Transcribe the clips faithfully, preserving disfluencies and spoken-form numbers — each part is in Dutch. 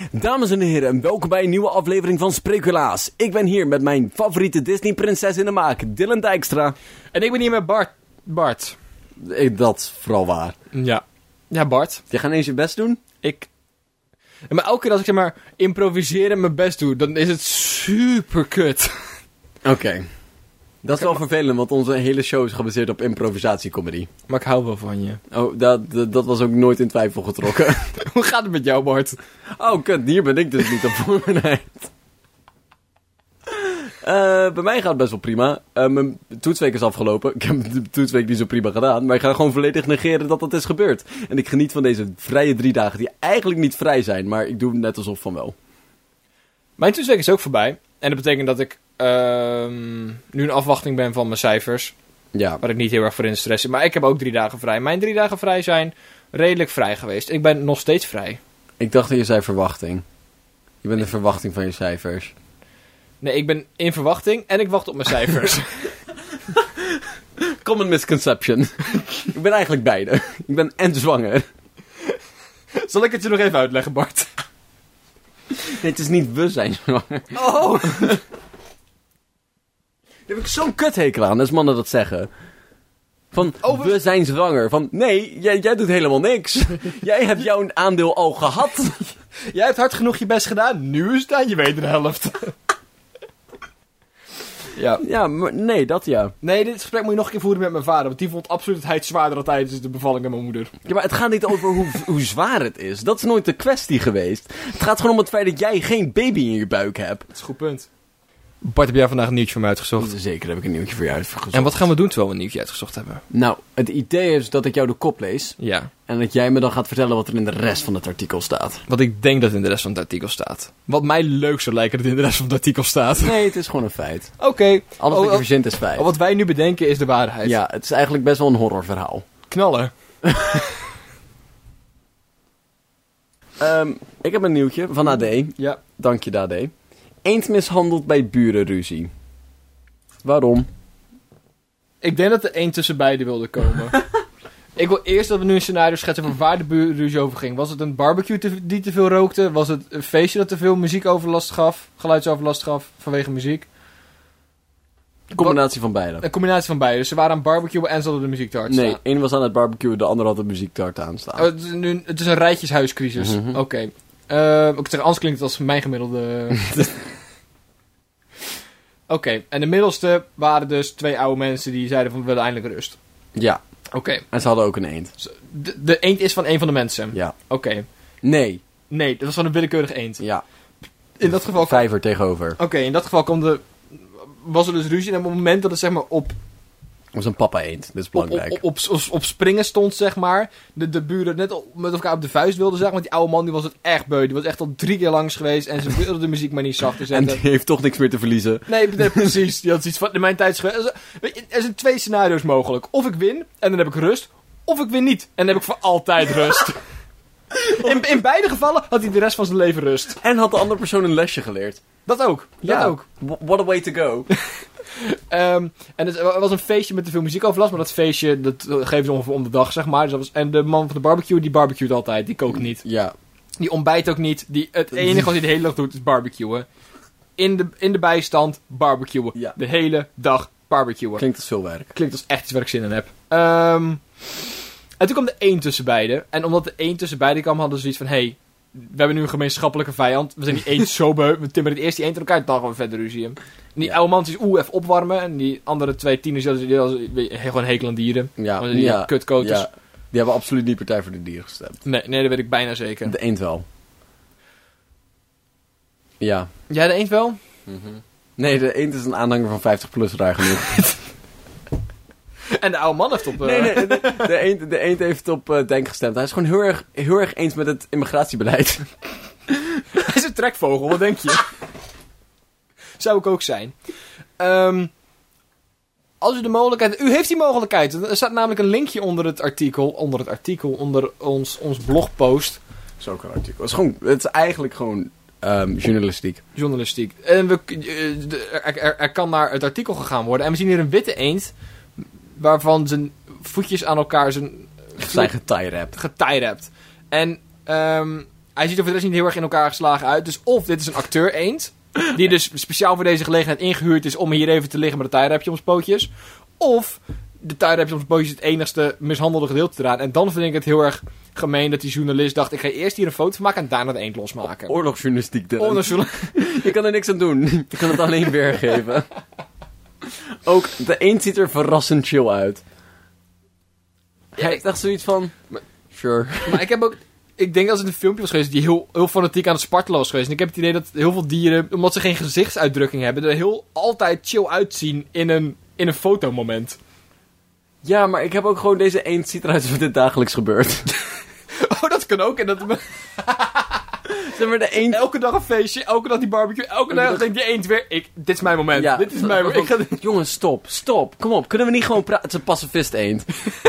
Dames en heren, en welkom bij een nieuwe aflevering van Spreculaas. Ik ben hier met mijn favoriete Disney-prinses in de maak, Dylan Dijkstra. En ik ben hier met Bart. Bart. Ik, dat is vooral waar. Ja. Ja, Bart. Je gaat eens je best doen? Ik... Maar elke keer als ik zeg maar improviseren mijn best doe, dan is het super kut. Oké. Okay. Dat is wel vervelend, want onze hele show is gebaseerd op improvisatiecomedy. Maar ik hou wel van je. Oh, dat, dat, dat was ook nooit in twijfel getrokken. Hoe gaat het met jou, Bart? Oh, kut, hier ben ik dus niet op voorbereid. Uh, bij mij gaat het best wel prima. Uh, mijn toetsweek is afgelopen. Ik heb de toetsweek niet zo prima gedaan. Maar ik ga gewoon volledig negeren dat dat is gebeurd. En ik geniet van deze vrije drie dagen die eigenlijk niet vrij zijn. Maar ik doe het net alsof van wel. Mijn toetsweek is ook voorbij. En dat betekent dat ik uh, nu in afwachting ben van mijn cijfers. Ja. Waar ik niet heel erg voor in stress zit. Maar ik heb ook drie dagen vrij. Mijn drie dagen vrij zijn redelijk vrij geweest. Ik ben nog steeds vrij. Ik dacht dat je zei verwachting. Je bent de verwachting van je cijfers. Nee, ik ben in verwachting en ik wacht op mijn cijfers. Common misconception. Ik ben eigenlijk beide. Ik ben en zwanger. Zal ik het je nog even uitleggen, Bart? Nee, het is niet we zijn zwanger. Oh! Daar heb ik zo'n kuthekel aan, als mannen dat zeggen. Van, oh, we... we zijn zwanger. Van, nee, jij, jij doet helemaal niks. Jij hebt jouw aandeel al gehad. Jij hebt hard genoeg je best gedaan. Nu is het aan je wederhelft. helft. Ja, ja maar nee, dat ja. Nee, dit gesprek moet je nog een keer voeren met mijn vader. Want die vond absoluut het zwaarder dan tijdens de bevalling met mijn moeder. Ja, maar het gaat niet over hoe, hoe zwaar het is. Dat is nooit de kwestie geweest. Het gaat gewoon om het feit dat jij geen baby in je buik hebt. Dat is een goed punt. Bart, heb jij vandaag een nieuwtje voor mij uitgezocht? Zeker heb ik een nieuwtje voor je uitgezocht. En wat gaan we doen terwijl we een nieuwtje uitgezocht hebben? Nou, het idee is dat ik jou de kop lees. Ja. En dat jij me dan gaat vertellen wat er in de rest van het artikel staat. Wat ik denk dat in de rest van het artikel staat. Wat mij leuk zou lijken dat in de rest van het artikel staat. Nee, het is gewoon een feit. Oké. Okay. Alles oh, wat je verzint is feit. Oh, wat wij nu bedenken is de waarheid. Ja, het is eigenlijk best wel een horrorverhaal. Knallen. um, ik heb een nieuwtje van A D. Ja. Dank je, A D. Eend mishandeld bij burenruzie. Waarom? Ik denk dat er één tussen beiden wilde komen. Ik wil eerst dat we nu een scenario schetsen van waar de burenruzie over ging. Was het een barbecue te, die te veel rookte? Was het een feestje dat te veel muziekoverlast gaf? Geluidsoverlast gaf vanwege muziek? Een combinatie van beide. Een combinatie van beide. Dus ze waren aan het barbecuen en ze hadden de muziek te hard staan. Nee, één was aan het barbecuen, de ander had de muziek te hard aanstaan. Oh, het, is nu, het is een rijtjeshuiscrisis. Mm-hmm. Oké. Okay. Uh, ik zeg, anders klinkt het als mijn gemiddelde... Oké, okay. En de middelste waren dus twee oude mensen die zeiden van we willen eindelijk rust. Ja. Oké. Okay. En ze hadden ook een eend. De, de eend is van een van de mensen? Ja. Oké. Okay. Nee. Nee, dat was van een willekeurig eend? Ja. In dat geval... Vijver tegenover. Oké, okay, in dat geval kwam de... was er dus ruzie en op het moment dat het zeg maar op... Dat was een papa-eend, dat is belangrijk. Op, op, op, op, op springen stond, zeg maar. De, de buren net met elkaar op de vuist wilden zeggen. Want die oude man die was het echt beu. Die was echt al drie keer langs geweest. En ze wilden de muziek maar niet zachter zetten. En die heeft toch niks meer te verliezen. Nee, nee precies. Die had iets van in mijn tijd. Er zijn twee scenario's mogelijk. Of ik win en dan heb ik rust. Of ik win niet en dan heb ik voor altijd rust. In, in beide gevallen had hij de rest van zijn leven rust. En had de andere persoon een lesje geleerd. Dat ook. Ja. Dat ook. What a way to go. Um, en het was een feestje met te veel muziekoverlast, maar dat feestje dat geven ze ongeveer om de dag, zeg maar. Dus dat was, en de man van de barbecue, die barbecuet altijd, die kookt niet. Ja. Die ontbijt ook niet. Die, het enige wat hij de hele dag doet is barbecuen. In de, in de bijstand barbecuen. Ja. De hele dag barbecuen. Klinkt als veel werk. Klinkt als echt iets waar ik zin in heb. Um, en toen kwam de één tussen beiden. En omdat de één tussen beiden kwam, hadden ze zoiets van... Hey, we hebben nu een gemeenschappelijke vijand. We zijn die eend zo beu. We timmeren het eerst die eend in elkaar. Dan gaan we verder ruzie. En die ja. oude man is oeh, even opwarmen. En die andere twee tieners, die hadden gewoon hekel aan dieren. Ja. Die ja. kutkoters. Ja. Die hebben absoluut niet Partij voor de Dieren gestemd. Nee, nee, dat weet ik bijna zeker. De eend wel. Ja. Ja, de eend wel? Mm-hmm. Nee, de eend is een aanhanger van vijftig plus, raar genoeg. En de oude man heeft op... Uh... Nee, nee, de, de, eend, de eend heeft op uh, Denk gestemd. Hij is gewoon heel erg, heel erg eens met het immigratiebeleid. Hij is een trekvogel, wat denk je? Zou ik ook zijn. Um, als u de mogelijkheid... U heeft die mogelijkheid. Er staat namelijk een linkje onder het artikel. Onder het artikel, onder ons, ons blogpost. Zo ook een artikel. Het is, gewoon, het is eigenlijk gewoon um, journalistiek. Journalistiek. En we, er, er, er kan naar het artikel gegaan worden. En we zien hier een witte eend... waarvan zijn voetjes aan elkaar zijn... zijn getie-wrapped. Getie-wrapped. En um, hij ziet er voor de rest niet heel erg in elkaar geslagen uit. Dus of dit is een acteur eend, die dus speciaal voor deze gelegenheid ingehuurd is om hier even te liggen met een tie-wrapje om zijn pootjes. Of de tie-wrapje om zijn pootjes het enigste mishandelde gedeelte eraan. En dan vind ik het heel erg gemeen dat die journalist dacht, ik ga eerst hier een foto van maken en daarna de eend losmaken. Oorlogsjournalistiek. Dylan. Oorlogsjournalistiek. Je kan er niks aan doen. Je kan het alleen weergeven. Ook, de eend ziet er verrassend chill uit. Hij heeft echt zoiets van... Sure. Maar ik heb ook... Ik denk als het een filmpje was geweest die heel, heel fanatiek aan het spartelen was geweest. En ik heb het idee dat heel veel dieren, omdat ze geen gezichtsuitdrukking hebben, er heel altijd chill uitzien in een, in een fotomoment. Ja, maar ik heb ook gewoon deze eend ziet eruit alsof dit dagelijks gebeurt. Oh, dat kan ook. En dat... Zeg maar, de eend... Elke dag een feestje, elke dag die barbecue, elke dag dag... denkt die eend weer, ik, dit is mijn moment, Ja, dit is mijn moment. Ik ga... Jongens, stop, stop, kom op. Kunnen we niet gewoon praten? Het is een pacifist eend.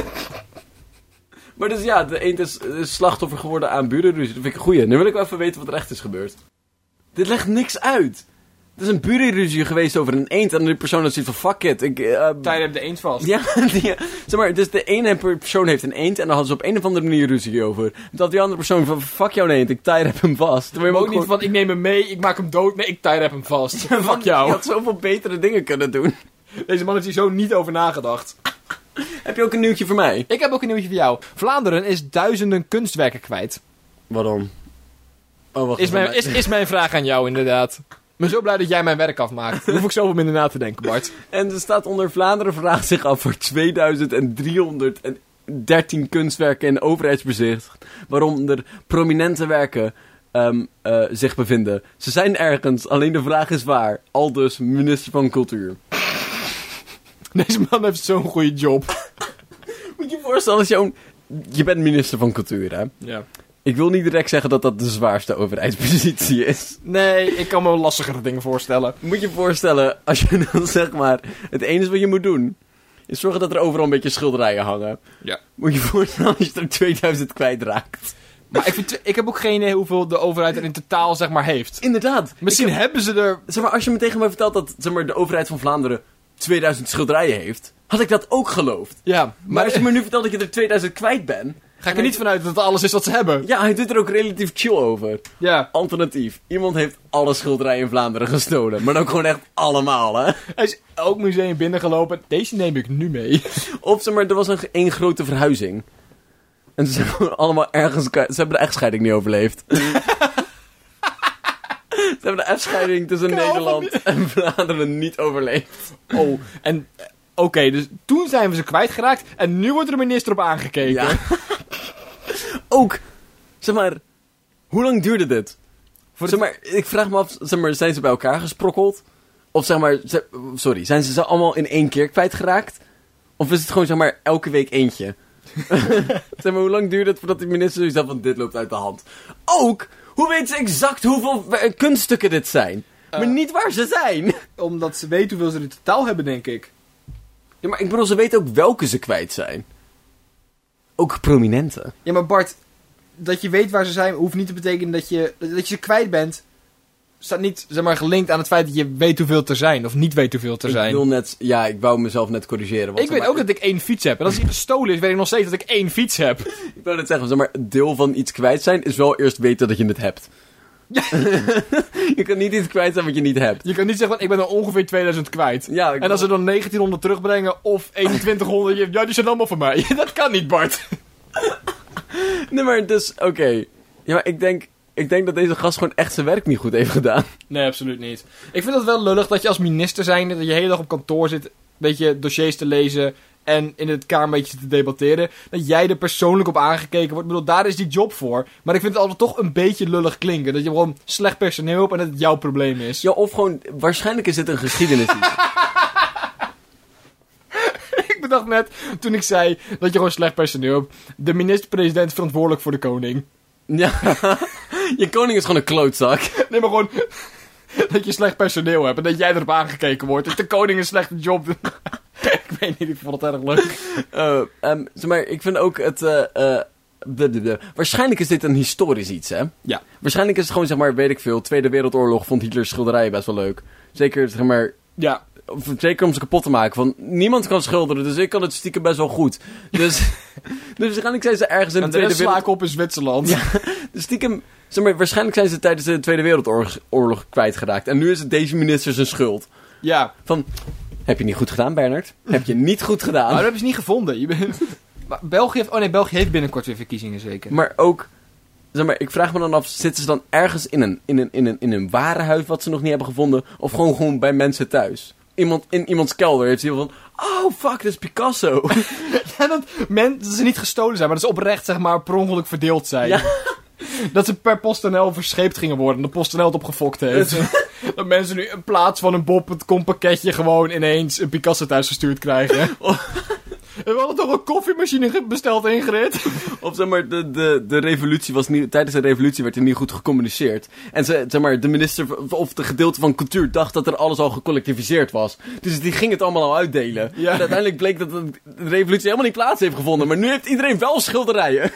Maar dus ja, de eend is, is slachtoffer geworden aan burenruzie. Dat vind ik een goeie. Nu wil ik wel even weten wat er echt is gebeurd. Dit legt niks uit. Er is een burenruzie geweest over een eend en die persoon dat ziet van fuck it. Ik, uh, Tijd heb de eend vast. Ja, die, zeg maar, dus de ene persoon heeft een eend en dan hadden ze op een of andere manier ruzie over. Dat die andere persoon van fuck jouw eend, ik tie heb hem vast. Maar ook, ook niet van ik neem hem mee, ik maak hem dood, nee ik tie heb hem vast. Ja, fuck jou. Je had zoveel betere dingen kunnen doen. Deze man heeft hier zo niet over nagedacht. Heb je ook een nieuwtje voor mij? Ik heb ook een nieuwtje voor jou. Vlaanderen is duizenden kunstwerken kwijt. Waarom? Oh, wacht is, mijn, is, is mijn vraag aan jou inderdaad. Ik ben zo blij dat jij mijn werk afmaakt. Dan hoef ik zoveel minder na te denken, Bart. En er staat onder Vlaanderen vraagt zich af voor tweeduizend driehonderddertien kunstwerken in overheidsbezit. Waaronder prominente werken um, uh, zich bevinden. Ze zijn ergens, alleen de vraag is waar. Aldus minister van Cultuur. Deze man heeft zo'n goede job. Moet je je voorstellen als je... Je bent minister van Cultuur, hè? Ja. Ik wil niet direct zeggen dat dat de zwaarste overheidspositie is. Nee, ik kan me wel lastigere dingen voorstellen. Moet je je voorstellen, als je dan zeg maar... Het enige wat je moet doen, is zorgen dat er overal een beetje schilderijen hangen. Ja. Moet je je voorstellen als je er tweeduizend kwijtraakt. Maar ik, vind, ik heb ook geen idee hoeveel de overheid er in totaal zeg maar heeft. Inderdaad. Misschien heb, hebben ze er... Zeg maar, als je me tegen mij vertelt dat zeg maar, de overheid van Vlaanderen tweeduizend schilderijen heeft, had ik dat ook geloofd. Ja. Maar, maar als je me nu vertelt dat je er tweeduizend kwijt bent... Ga ik er niet vanuit dat het alles is wat ze hebben. Ja, hij doet er ook relatief chill over. Ja. Alternatief. Iemand heeft alle schilderijen in Vlaanderen gestolen. Maar ook gewoon echt allemaal, hè. Hij is elk museum binnengelopen. Deze neem ik nu mee. Of zeg maar, er was een één grote verhuizing. En ze zijn gewoon allemaal ergens... Ze hebben de echtscheiding niet overleefd. Ze hebben de echtscheiding tussen Nederland en Vlaanderen niet overleefd. Oh, en... Oké, okay, dus toen zijn we ze kwijtgeraakt. En nu wordt er een minister op aangekeken. Ja. Ook, zeg maar... Hoe lang duurde dit? Voor zeg maar, ik vraag me af, zeg maar, zijn ze bij elkaar gesprokkeld? Of zeg maar... Ze, sorry, zijn ze ze allemaal in één keer kwijtgeraakt? Of is het gewoon, zeg maar, elke week eentje? Zeg maar, hoe lang duurde het voordat de minister zoiets had van dit loopt uit de hand? Ook, hoe weten ze exact hoeveel kunststukken dit zijn? Uh, maar niet waar ze zijn. Omdat ze weten hoeveel ze in totaal hebben, denk ik. Ja, maar ik bedoel, ze weten ook welke ze kwijt zijn. Ook prominente. Ja, maar Bart, dat je weet waar ze zijn, hoeft niet te betekenen dat je, dat je ze kwijt bent. Staat niet, zeg maar, gelinkt aan het feit dat je weet hoeveel er zijn, of niet weet hoeveel er zijn. Ik wil net, ja, ik wou mezelf net corrigeren. Want ik weet maar, ook dat ik één fiets heb. En als die gestolen is, weet ik nog steeds dat ik één fiets heb. Ik wou net zeggen, zeg maar, een deel van iets kwijt zijn is wel eerst weten dat je het hebt. Ja. Je kan niet iets kwijt zijn wat je niet hebt. Je kan niet zeggen, ik ben er ongeveer tweeduizend kwijt. Ja, en als ze dan negentienhonderd terugbrengen of eenentwintighonderd, ja, die zijn allemaal van mij. Dat kan niet, Bart. Nee, maar dus, oké. Okay. Ja, maar ik denk, ik denk dat deze gast gewoon echt zijn werk niet goed heeft gedaan. Nee, absoluut niet. Ik vind het wel lullig dat je als minister zijnde, dat je de hele dag op kantoor zit, een beetje dossiers te lezen en in het kamer een beetje te debatteren, dat jij er persoonlijk op aangekeken wordt. Ik bedoel, daar is die job voor. Maar ik vind het altijd toch een beetje lullig klinken. Dat je gewoon slecht personeel hebt en dat het jouw probleem is. Ja, of gewoon, waarschijnlijk is dit een geschiedenis. Ik bedacht net, toen ik zei dat je gewoon slecht personeel hebt, de minister-president verantwoordelijk voor de koning. Ja, je koning is gewoon een klootzak. Nee, maar gewoon dat je slecht personeel hebt en dat jij erop aangekeken wordt. Dat de koning een slechte job doet. Ik weet niet, ik vond het erg leuk. Uh, um, zeg maar, ik vind ook het... Uh, uh, de, de, de. Waarschijnlijk is dit een historisch iets, hè? Ja. Waarschijnlijk is het gewoon, zeg maar, weet ik veel, Tweede Wereldoorlog vond Hitlers schilderijen best wel leuk. Zeker, zeg maar... Ja. Zeker om ze kapot te maken. Van, niemand kan schilderen, dus ik kan het stiekem best wel goed. Dus, dus waarschijnlijk zijn ze ergens in de, de Tweede Wereldoorlog... op in Zwitserland. Ja, dus stiekem Zeg maar, waarschijnlijk zijn ze tijdens de Tweede Wereldoorlog oorlog kwijtgeraakt. En nu is het deze minister zijn schuld. Ja. Van, heb je niet goed gedaan, Bernard? Heb je niet goed gedaan? Maar dat hebben ze niet gevonden. Je bent... maar België heeft... Oh nee, België heeft binnenkort weer verkiezingen zeker. Maar ook... Zeg maar, ik vraag me dan af, zitten ze dan ergens in een, in een, in een, in een warenhuis wat ze nog niet hebben gevonden? Of gewoon, gewoon bij mensen thuis? Iemand, in iemands kelder heeft ze van... Oh, fuck, dat is Picasso. Ja, dat, men, dat ze niet gestolen zijn, maar dat ze oprecht, zeg maar, per ongeluk verdeeld zijn. Ja. Dat ze per PostNL verscheept gingen worden en de PostNL het opgefokt heeft. Dat mensen nu in plaats van een Bob het kompakketje gewoon ineens een Picasso thuis gestuurd krijgen. We hadden toch een koffiemachine besteld, Ingrid? Of zeg maar, de, de, de revolutie was niet... Tijdens de revolutie werd er niet goed gecommuniceerd. En ze, zeg maar, de minister of de gedeelte van cultuur dacht dat er alles al gecollectiviseerd was. Dus die ging het allemaal al uitdelen. Ja. En uiteindelijk bleek dat de revolutie helemaal niet plaats heeft gevonden. Maar nu heeft iedereen wel schilderijen.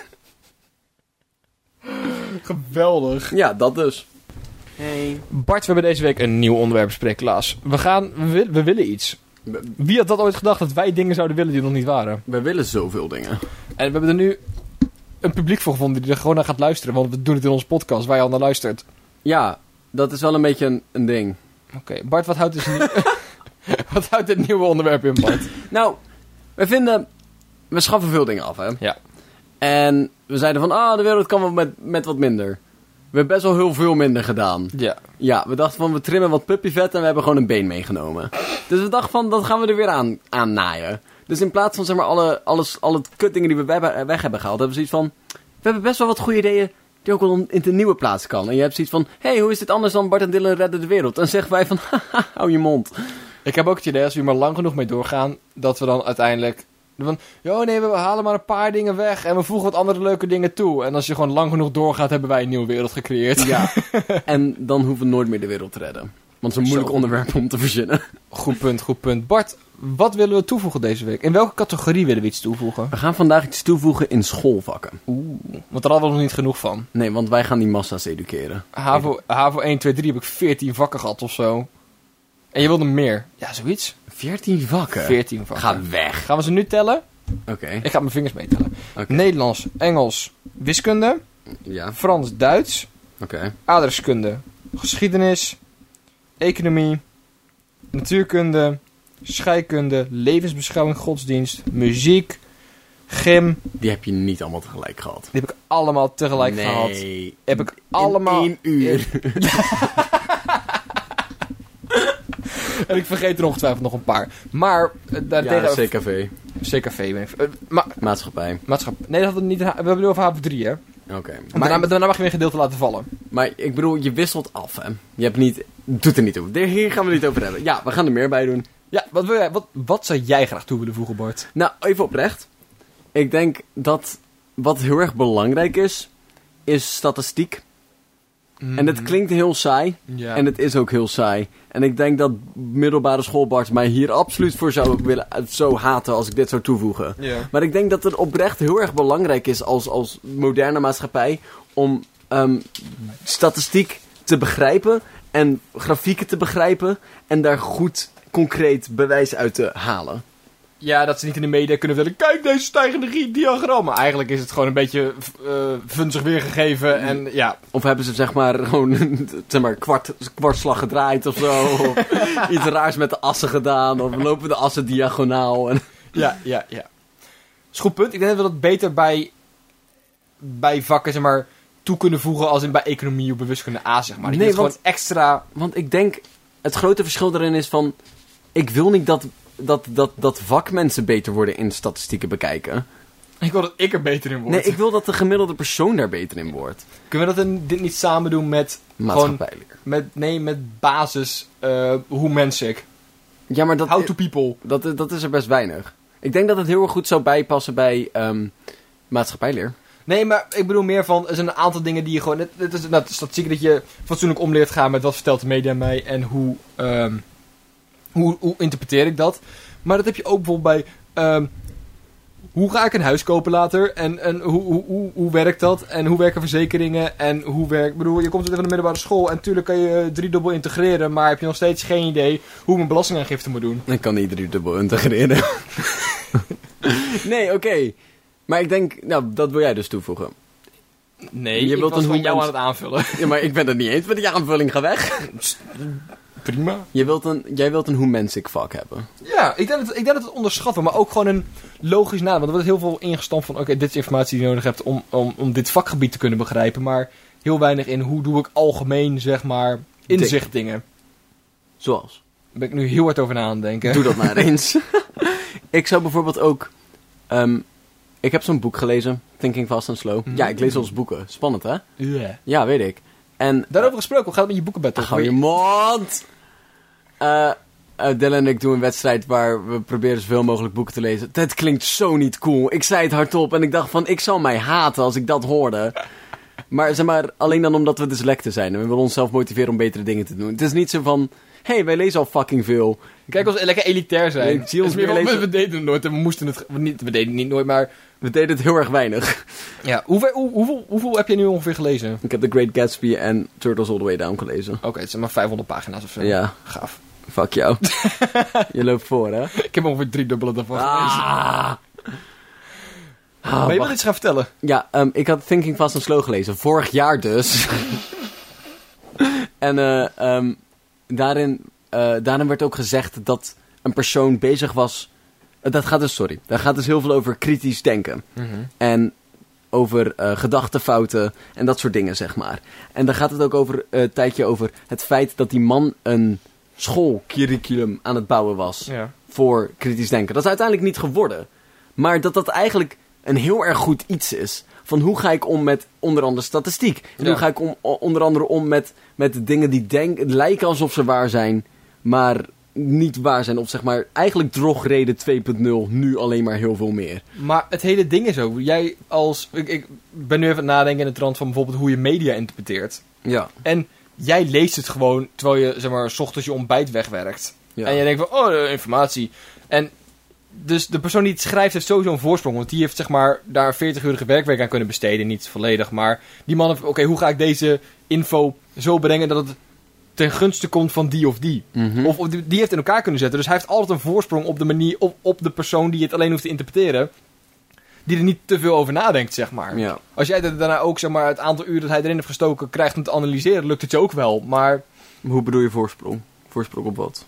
Geweldig. Ja, dat dus. Hey. Bart, we hebben deze week een nieuw onderwerp bespreken, Klaas. We gaan... We, wil- we willen iets. Wie had dat ooit gedacht dat wij dingen zouden willen die nog niet waren? We willen zoveel dingen. En we hebben er nu een publiek voor gevonden die er gewoon naar gaat luisteren. Want we doen het in onze podcast waar je al naar luistert. Ja, dat is wel een beetje een, een ding. Oké, okay. Bart, wat houdt, dus nieuw... wat houdt dit nieuwe onderwerp in, Bart? Nou, we vinden... We schaffen veel dingen af, hè? Ja. En we zeiden van, ah, de wereld kan wel met, met wat minder. We hebben best wel heel veel minder gedaan. Ja. Ja, we dachten van, we trimmen wat puppyvet en we hebben gewoon een been meegenomen. Dus we dachten van, dat gaan we er weer aan, aan naaien. Dus in plaats van, zeg maar, alle, alles, alle kutdingen die we weg, weg hebben gehaald, hebben we zoiets van... We hebben best wel wat goede ideeën die ook wel in de nieuwe plaats kan. En je hebt zoiets van, hé, hey, hoe is dit anders dan Bart en Dylan redden de wereld? En zeggen wij van, haha, hou je mond. Ik heb ook het idee, als we hier maar lang genoeg mee doorgaan, dat we dan uiteindelijk... Van, joh, nee, we halen maar een paar dingen weg en we voegen wat andere leuke dingen toe. En als je gewoon lang genoeg doorgaat, hebben wij een nieuwe wereld gecreëerd. Ja, en dan hoeven we nooit meer de wereld te redden. Want het is een moeilijk Zo. onderwerp om te verzinnen. Goed punt, goed punt. Bart, wat willen we toevoegen deze week? In welke categorie willen we iets toevoegen? We gaan vandaag iets toevoegen in schoolvakken. Oeh, want daar hadden we nog niet genoeg van. Nee, want wij gaan die massa's educeren. HAVO, HAVO één, twee, drie heb ik veertien vakken gehad of zo. En je wilde meer? Ja, zoiets. veertien vakken? veertien vakken. Ga weg. Gaan we ze nu tellen? Oké. Okay. Ik ga mijn vingers meetellen. Okay. Nederlands, Engels, wiskunde, ja. Frans, Duits, Oké. Okay. aardrijkskunde, geschiedenis, economie, natuurkunde, scheikunde, levensbeschouwing, godsdienst, muziek, gym. Die heb je niet allemaal tegelijk gehad. Die heb ik allemaal tegelijk nee. gehad. Heb ik allemaal... in één uur. En ik vergeet er ongetwijfeld nog een paar. Maar... Uh, ja, C K V. C K V. Uh, ma Maatschappij. Maatschappij. Nee, dat hadden we niet. We hebben nu over HAVO drie, hè? Oké. Okay. Maar daarna, daarna mag je weer een gedeelte laten vallen. Maar ik bedoel, je wisselt af, hè? Je hebt niet... Doet er niet toe. Hier gaan we niet over hebben. Ja, we gaan er meer bij doen. Ja, wat, wil jij, wat, wat zou jij graag toe willen voegen, Bart? Nou, even oprecht. Ik denk dat wat heel erg belangrijk is, is statistiek. Mm. En het klinkt heel saai. Ja. En het is ook heel saai. En ik denk dat middelbare school Bart mij hier absoluut voor zou willen zo haten als ik dit zou toevoegen. Ja. Maar ik denk dat het oprecht heel erg belangrijk is als, als moderne maatschappij om um, statistiek te begrijpen en grafieken te begrijpen en daar goed concreet bewijs uit te halen. Ja, dat ze niet in de media kunnen willen. Kijk, deze stijgende diagram. Maar eigenlijk is het gewoon een beetje uh, vunzig weergegeven. En ja. Of hebben ze zeg maar gewoon zeg maar, kwart, kwartslag gedraaid of zo. Of iets raars met de assen gedaan. Of lopen de assen diagonaal. En... Ja, ja, ja. Is goed punt. Ik denk dat we dat beter bij, bij vakken zeg maar, toe kunnen voegen als in bij economie of bij wiskunde A, zeg maar. Ik nee, want, gewoon extra... Want ik denk, het grote verschil erin is van... Ik wil niet dat... Dat, dat, dat vakmensen beter worden in statistieken bekijken. Ik wil dat ik er beter in word. Nee, ik wil dat de gemiddelde persoon daar beter in wordt. Kunnen we dat in, dit niet samen doen met... Maatschappijleer. Met, nee, met basis... Uh, hoe mens ik? Ja, maar dat... How to people. Dat, dat is er best weinig. Ik denk dat het heel erg goed zou bijpassen bij um, maatschappijleer. Nee, maar ik bedoel meer van... Er zijn een aantal dingen die je gewoon... Het, het is nou, statistieken dat je fatsoenlijk om leert gaan met wat vertelt de media mij en hoe... Um, Hoe, hoe interpreteer ik dat? Maar dat heb je ook bijvoorbeeld bij... Um, hoe ga ik een huis kopen later? En, en hoe, hoe, hoe, hoe werkt dat? En hoe werken verzekeringen? En hoe werkt... Ik bedoel, je komt van de middelbare school... en natuurlijk kan je driedubbel integreren... maar heb je nog steeds geen idee... hoe mijn belastingaangifte moet doen. Ik kan niet driedubbel integreren. Nee, oké. Okay. Maar ik denk... Nou, dat wil jij dus toevoegen. Nee, Je ik wilt was een van hoe jou aan mens- het aanvullen. Ja, maar ik ben het niet eens met die aanvulling. Ga weg. Prima. Je wilt een, jij wilt een hoe mens ik fuck hebben. Ja, ik denk, dat, ik denk dat het onderschat wordt, maar ook gewoon een logisch naam. Want er wordt heel veel ingestampt van, oké, dit is informatie die je nodig hebt om, om, om dit vakgebied te kunnen begrijpen. Maar heel weinig in hoe doe ik algemeen, zeg maar, inzichtdingen. Zoals? Daar ben ik nu heel hard over na aan het denken. Doe dat maar eens. Ik zou bijvoorbeeld ook... Um, ik heb zo'n boek gelezen, Thinking Fast and Slow. Mm. Ja, ik lees wel eens boeken. Spannend, hè? Yeah. Ja, weet ik. En, Daarover gesproken, hoe gaat het met je boekenbattle? Hou je mond! Uh, uh, Dylan en ik doen een wedstrijd waar we proberen zoveel mogelijk boeken te lezen. Dat klinkt zo niet cool. Ik zei het hardop en ik dacht van, ik zou mij haten als ik dat hoorde. Maar zeg maar, alleen dan omdat we dyslecten zijn. En we willen onszelf motiveren om betere dingen te doen. Het is niet zo van, hé, hey, wij lezen al fucking veel. Kijk, als we lekker elitair zijn. Nee, zie ons Het is meer meer van, lezen. we, we deden het nooit en we moesten het... We, niet, we deden het niet nooit, maar... We deden het heel erg weinig. Ja, hoeveel, hoe, hoeveel, hoeveel heb jij nu ongeveer gelezen? Ik heb The Great Gatsby en Turtles All The Way Down gelezen. Oké, okay, het zijn maar vijfhonderd pagina's of zo. Ja. Gaaf. Fuck jou. Je loopt voor, hè? Ik heb ongeveer drie dubbele daarvan gelezen. Ah. Ah, maar je wil wacht. iets gaan vertellen? Ja, um, ik had Thinking Fast and Slow gelezen. Vorig jaar dus. en uh, um, daarin, uh, daarin werd ook gezegd dat een persoon bezig was... Uh, dat gaat dus, sorry. Daar gaat dus heel veel over kritisch denken. Mm-hmm. En over uh, gedachtenfouten en dat soort dingen, zeg maar. En dan gaat het ook over uh, een tijdje over het feit dat die man een schoolcurriculum aan het bouwen was. Ja. Voor kritisch denken. Dat is uiteindelijk niet geworden. Maar dat dat eigenlijk een heel erg goed iets is. Van hoe ga ik om met onder andere statistiek. En Ja. hoe ga ik om, onder andere om met, met dingen die denk, lijken alsof ze waar zijn. Maar niet waar zijn. Of zeg maar eigenlijk drogreden twee punt nul. Nu alleen maar heel veel meer. Maar het hele ding is ook... Jij als... Ik, ik ben nu even aan het nadenken in de trant van bijvoorbeeld hoe je media interpreteert. Ja. En jij leest het gewoon terwijl je, zeg maar, 's ochtends je ontbijt wegwerkt. Ja. En je denkt van, oh, uh, informatie. En dus de persoon die het schrijft heeft sowieso een voorsprong. Want die heeft, zeg maar, daar een veertig-urige werkweek aan kunnen besteden. Niet volledig, maar die man heeft, oké, okay, hoe ga ik deze info zo brengen dat het ten gunste komt van die of die. Mm-hmm. Of, of die, die heeft in elkaar kunnen zetten. Dus hij heeft altijd een voorsprong op de manier, op, op de persoon die het alleen hoeft te interpreteren. Die er niet te veel over nadenkt, zeg maar. Ja. Als jij er daarna ook, zeg maar, het aantal uur dat hij erin heeft gestoken krijgt om te analyseren, lukt het je ook wel. Maar, Hoe bedoel je voorsprong? Voorsprong op wat?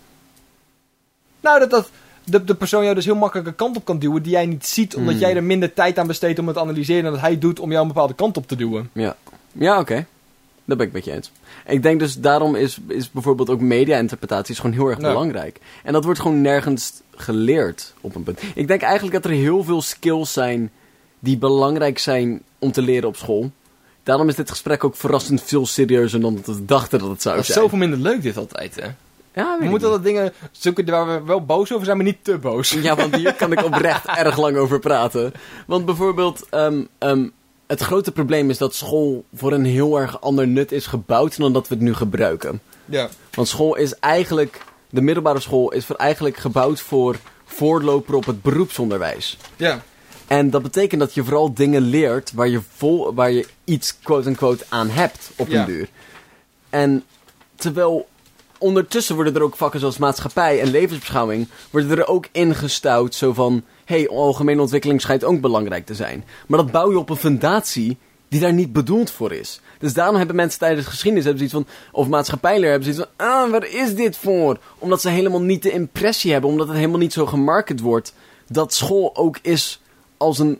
nou, dat, dat de, de persoon jou dus heel makkelijk een kant op kan duwen die jij niet ziet, omdat Hmm. jij er minder tijd aan besteedt om het te analyseren dan dat hij doet om jou een bepaalde kant op te duwen. Ja, ja oké. Okay. Dat ben ik met je eens. Ik denk dus, daarom is, is bijvoorbeeld ook media-interpretatie gewoon heel erg Ja. belangrijk. En dat wordt gewoon nergens geleerd op een punt. Ik denk eigenlijk dat er heel veel skills zijn die belangrijk zijn om te leren op school. Daarom is dit gesprek ook verrassend veel serieuzer dan dat we dachten dat het zou Dat is zijn. zoveel minder leuk dit altijd, hè. Ja, weet We ik moeten niet. dat dingen zoeken waar we wel boos over zijn, maar niet te boos. Ja, want hier kan ik oprecht erg lang over praten. Want bijvoorbeeld, um, um, het grote probleem is dat school voor een heel erg ander nut is gebouwd dan dat we het nu gebruiken. Ja. Want school is eigenlijk, de middelbare school is voor eigenlijk gebouwd voor voorloper op het beroepsonderwijs. Ja. En dat betekent dat je vooral dingen leert waar je, vol, waar je iets quote-unquote aan hebt op Ja. een duur. En terwijl ondertussen worden er ook vakken zoals maatschappij en levensbeschouwing, worden er ook ingestouwd zo van, hé, hey, algemene ontwikkeling schijnt ook belangrijk te zijn. Maar dat bouw je op een fundatie die daar niet bedoeld voor is. Dus daarom hebben mensen tijdens geschiedenis hebben zoiets van, of maatschappijleer hebben zoiets van, ah, waar is dit voor? Omdat ze helemaal niet de impressie hebben, omdat het helemaal niet zo gemarket wordt, dat school ook is als een,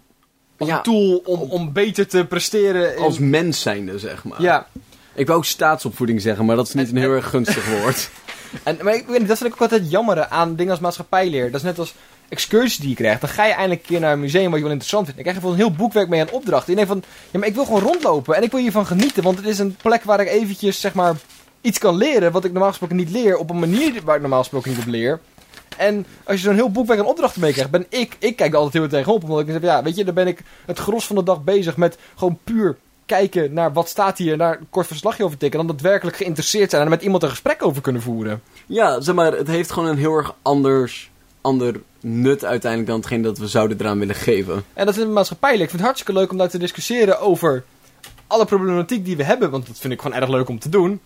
Als ja, een tool om, om beter te presteren. in- als mens zijnde, zeg maar. Ja. Ik wou ook staatsopvoeding zeggen, maar dat is niet een heel erg gunstig woord. En, maar ik weet niet, dat vind ik ook altijd jammer aan dingen als maatschappijleer. Dat is net als excursies die je krijgt. Dan ga je eindelijk een keer naar een museum wat je wel interessant vindt. Dan krijg je bijvoorbeeld een heel boekwerk mee aan opdrachten. En je denkt van, ja, maar ik wil gewoon rondlopen. En ik wil hiervan genieten. Want het is een plek waar ik eventjes, zeg maar, iets kan leren. Wat ik normaal gesproken niet leer. Op een manier waar ik normaal gesproken niet op leer. En als je zo'n heel boekwerk aan opdrachten mee krijgt, ben ik, ik kijk er altijd heel erg tegenop. Omdat ik zeg, ja, weet je, dan ben ik het gros van de dag bezig met gewoon puur kijken naar wat staat hier, naar een kort verslagje over tikken, dan daadwerkelijk geïnteresseerd zijn en er met iemand een gesprek over kunnen voeren. Ja, zeg maar, het heeft gewoon een heel erg anders, ander nut uiteindelijk dan hetgeen dat we zouden eraan willen geven. En dat is in de maatschappij. Ik vind het hartstikke leuk om daar te discussiëren over alle problematiek die we hebben, want dat vind ik gewoon erg leuk om te doen.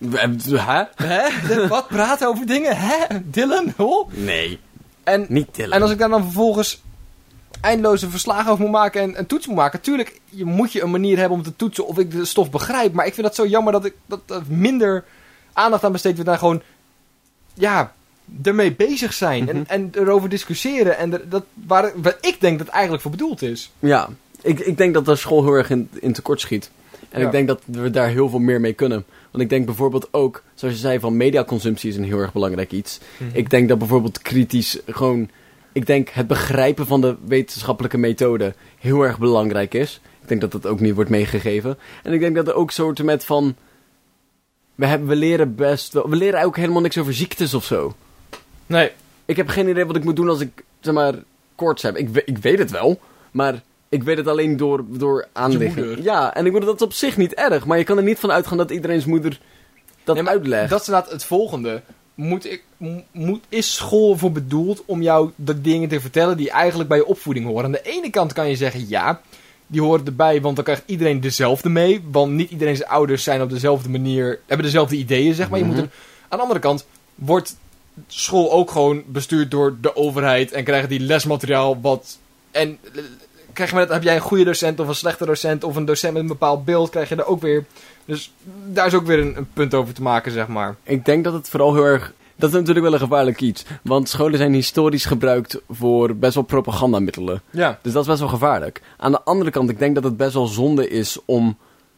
Hè? Hè? Wat? Praten over dingen? Hè? Dylan? Ho? Nee, En, niet tillen. en als ik daar dan vervolgens eindeloze verslagen over moet maken en, en toetsen moet maken. Tuurlijk, je moet je een manier hebben om te toetsen of ik de stof begrijp. Maar ik vind dat zo jammer dat ik dat, dat minder aandacht aan besteed wordt. Dan gewoon, ja, ermee bezig zijn. Mm-hmm. en, en erover discussiëren. En er, dat, waar, waar ik denk dat het eigenlijk voor bedoeld is. Ja, ik, ik denk dat de school heel erg in, in tekort schiet. En Ja. ik denk dat we daar heel veel meer mee kunnen. Want ik denk bijvoorbeeld ook, zoals je zei, van mediaconsumptie is een heel erg belangrijk iets. Mm-hmm. Ik denk dat bijvoorbeeld kritisch gewoon... Ik denk het begrijpen van de wetenschappelijke methode heel erg belangrijk is. Ik denk dat dat ook niet wordt meegegeven. En ik denk dat er ook soorten met van... We, hebben, we leren best wel... We leren ook helemaal niks over ziektes of zo. Nee. Ik heb geen idee wat ik moet doen als ik, zeg maar, koorts heb. Ik, we- ik weet het wel, maar ik weet het alleen door, door aanligging. moeder. Ja, en ik bedoel, dat is op zich niet erg. Maar je kan er niet van uitgaan dat iedereen's moeder dat Nee, maar uitlegt. Dat is inderdaad het volgende. Moet ik, mo- moet, is school ervoor bedoeld om jou de dingen te vertellen die eigenlijk bij je opvoeding horen? Aan de ene kant kan je zeggen, ja, die horen erbij, want dan krijgt iedereen dezelfde mee. Want niet iedereen zijn ouders zijn op dezelfde manier, hebben dezelfde ideeën, zeg maar. Je Mhm. moet er, aan de andere kant wordt school ook gewoon bestuurd door de overheid en krijgen die lesmateriaal wat... En eh, krijg je met, heb jij een goede docent of een slechte docent of een docent met een bepaald beeld, krijg je er ook weer... Dus daar is ook weer een, een punt over te maken, zeg maar. Ik denk dat het vooral heel erg... Dat is natuurlijk wel een gevaarlijk iets. Want scholen zijn historisch gebruikt voor best wel propagandamiddelen. Ja. Dus dat is best wel gevaarlijk. Aan de andere kant, ik denk dat het best wel zonde is om...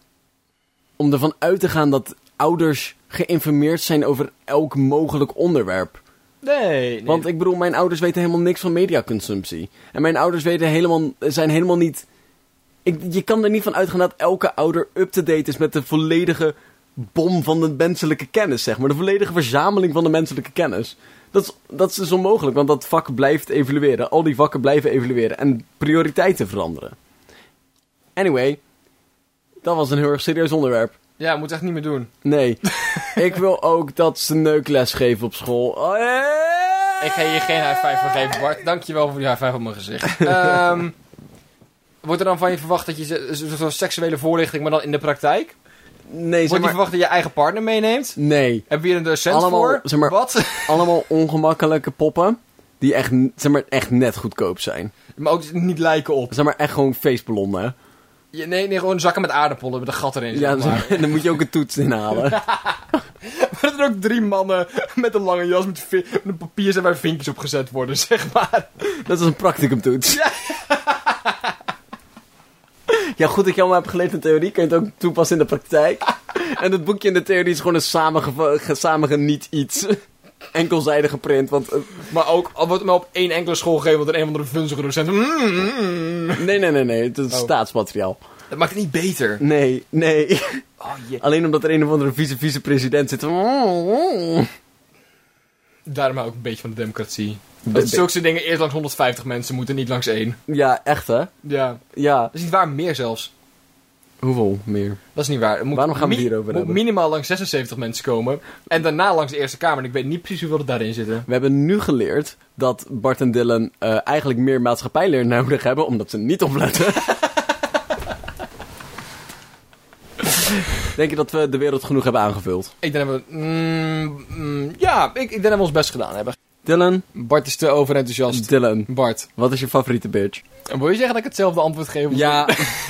Om ervan uit te gaan dat ouders geïnformeerd zijn over elk mogelijk onderwerp. Nee, nee. Want ik bedoel, mijn ouders weten helemaal niks van mediaconsumptie. En mijn ouders weten helemaal, zijn helemaal niet... Ik, je kan er niet van uitgaan dat elke ouder up-to-date is met de volledige bom van de menselijke kennis, zeg maar. De volledige verzameling van de menselijke kennis. Dat is, dat is dus onmogelijk, want dat vak blijft evolueren. Al die vakken blijven evolueren en prioriteiten veranderen. Anyway, dat was een heel erg serieus onderwerp. Ja, moet echt niet meer doen. Nee, ik wil ook dat ze neukles geven op school. Oh, yeah! Ik ga je geen high five voor geven, Bart. Dankjewel voor die high five op mijn gezicht. Ehm, wordt er dan van je verwacht dat je ze- zo- zo'n seksuele voorlichting, maar dan in de praktijk? Nee, zeg Wordt je maar... verwacht dat je eigen partner meeneemt? Nee. Heb je hier een docent Allemaal, voor? zeg maar- Wat? Allemaal ongemakkelijke poppen. Die echt, zeg maar, echt net goedkoop zijn. Maar ook niet lijken op. Zeg maar echt gewoon feestballonnen. hè? Je- Nee, nee, gewoon zakken met aardappelen met een gat erin. Ja, zeg zeg maar. maar, dan moet je ook een toets inhalen. Maar er zijn ook drie mannen met een lange jas met, vi- met een papier zijn waar vinkjes op gezet worden, zeg maar. Dat is een practicumtoets. Ja. Ja, goed dat je allemaal hebt geleerd in theorie. Kun je het ook toepassen in de praktijk. En het boekje in de theorie is gewoon een samenge, ge- samengeniet iets. Enkelzijdig geprint, want... eh, Maar ook, al wordt het maar op één enkele school gegeven, want er een of andere vunzige docent... Mm, mm, mm. Nee, nee, nee, nee. Het is Oh. staatsmateriaal. Dat maakt het niet beter. Nee, nee. Oh, je... Alleen omdat er een of andere vice-vice-president zit. Daarom hou ik een beetje van de democratie. Be- Dat zulke soort dingen eerst langs honderdvijftig mensen moeten, niet langs één. Ja, echt hè? Ja. Ja. Dat is niet waar, meer zelfs. Hoeveel meer? Dat is niet waar. Er moet Waarom gaan we mi- het hierover moet hebben? minimaal langs zesenzeventig mensen komen. En daarna langs de Eerste Kamer. En ik weet niet precies hoeveel er daarin zitten. We hebben nu geleerd dat Bart en Dylan eh, eigenlijk meer maatschappijleer nodig hebben, omdat ze niet opletten. Denk je dat we de wereld genoeg hebben aangevuld? Ik denk dat we... mm, mm, ja, ik, ik denk dat we ons best gedaan hebben. Dylan? Bart is te overenthousiast. Dylan, Bart. wat is je favoriete bitch? En wil je zeggen dat ik hetzelfde antwoord geef? als- Ja.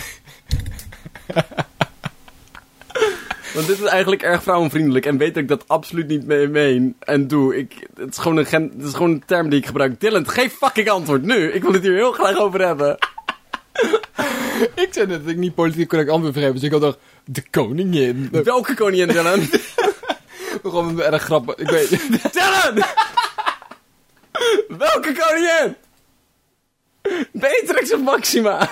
Want dit is eigenlijk erg vrouwenvriendelijk en weet dat ik dat absoluut niet mee meen en doe. Ik, het, is gewoon een gen, het is gewoon een term die ik gebruik. Dylan, geef fucking antwoord nu. Ik wil het hier heel graag over hebben. Ik zei net dat ik niet politiek correct antwoord geef. Dus ik had toch... De koningin. Welke koningin, Dylan? Gewoon erg grappig. Ik weet... Dylan! Welke koningin? Beatrix of Maxima?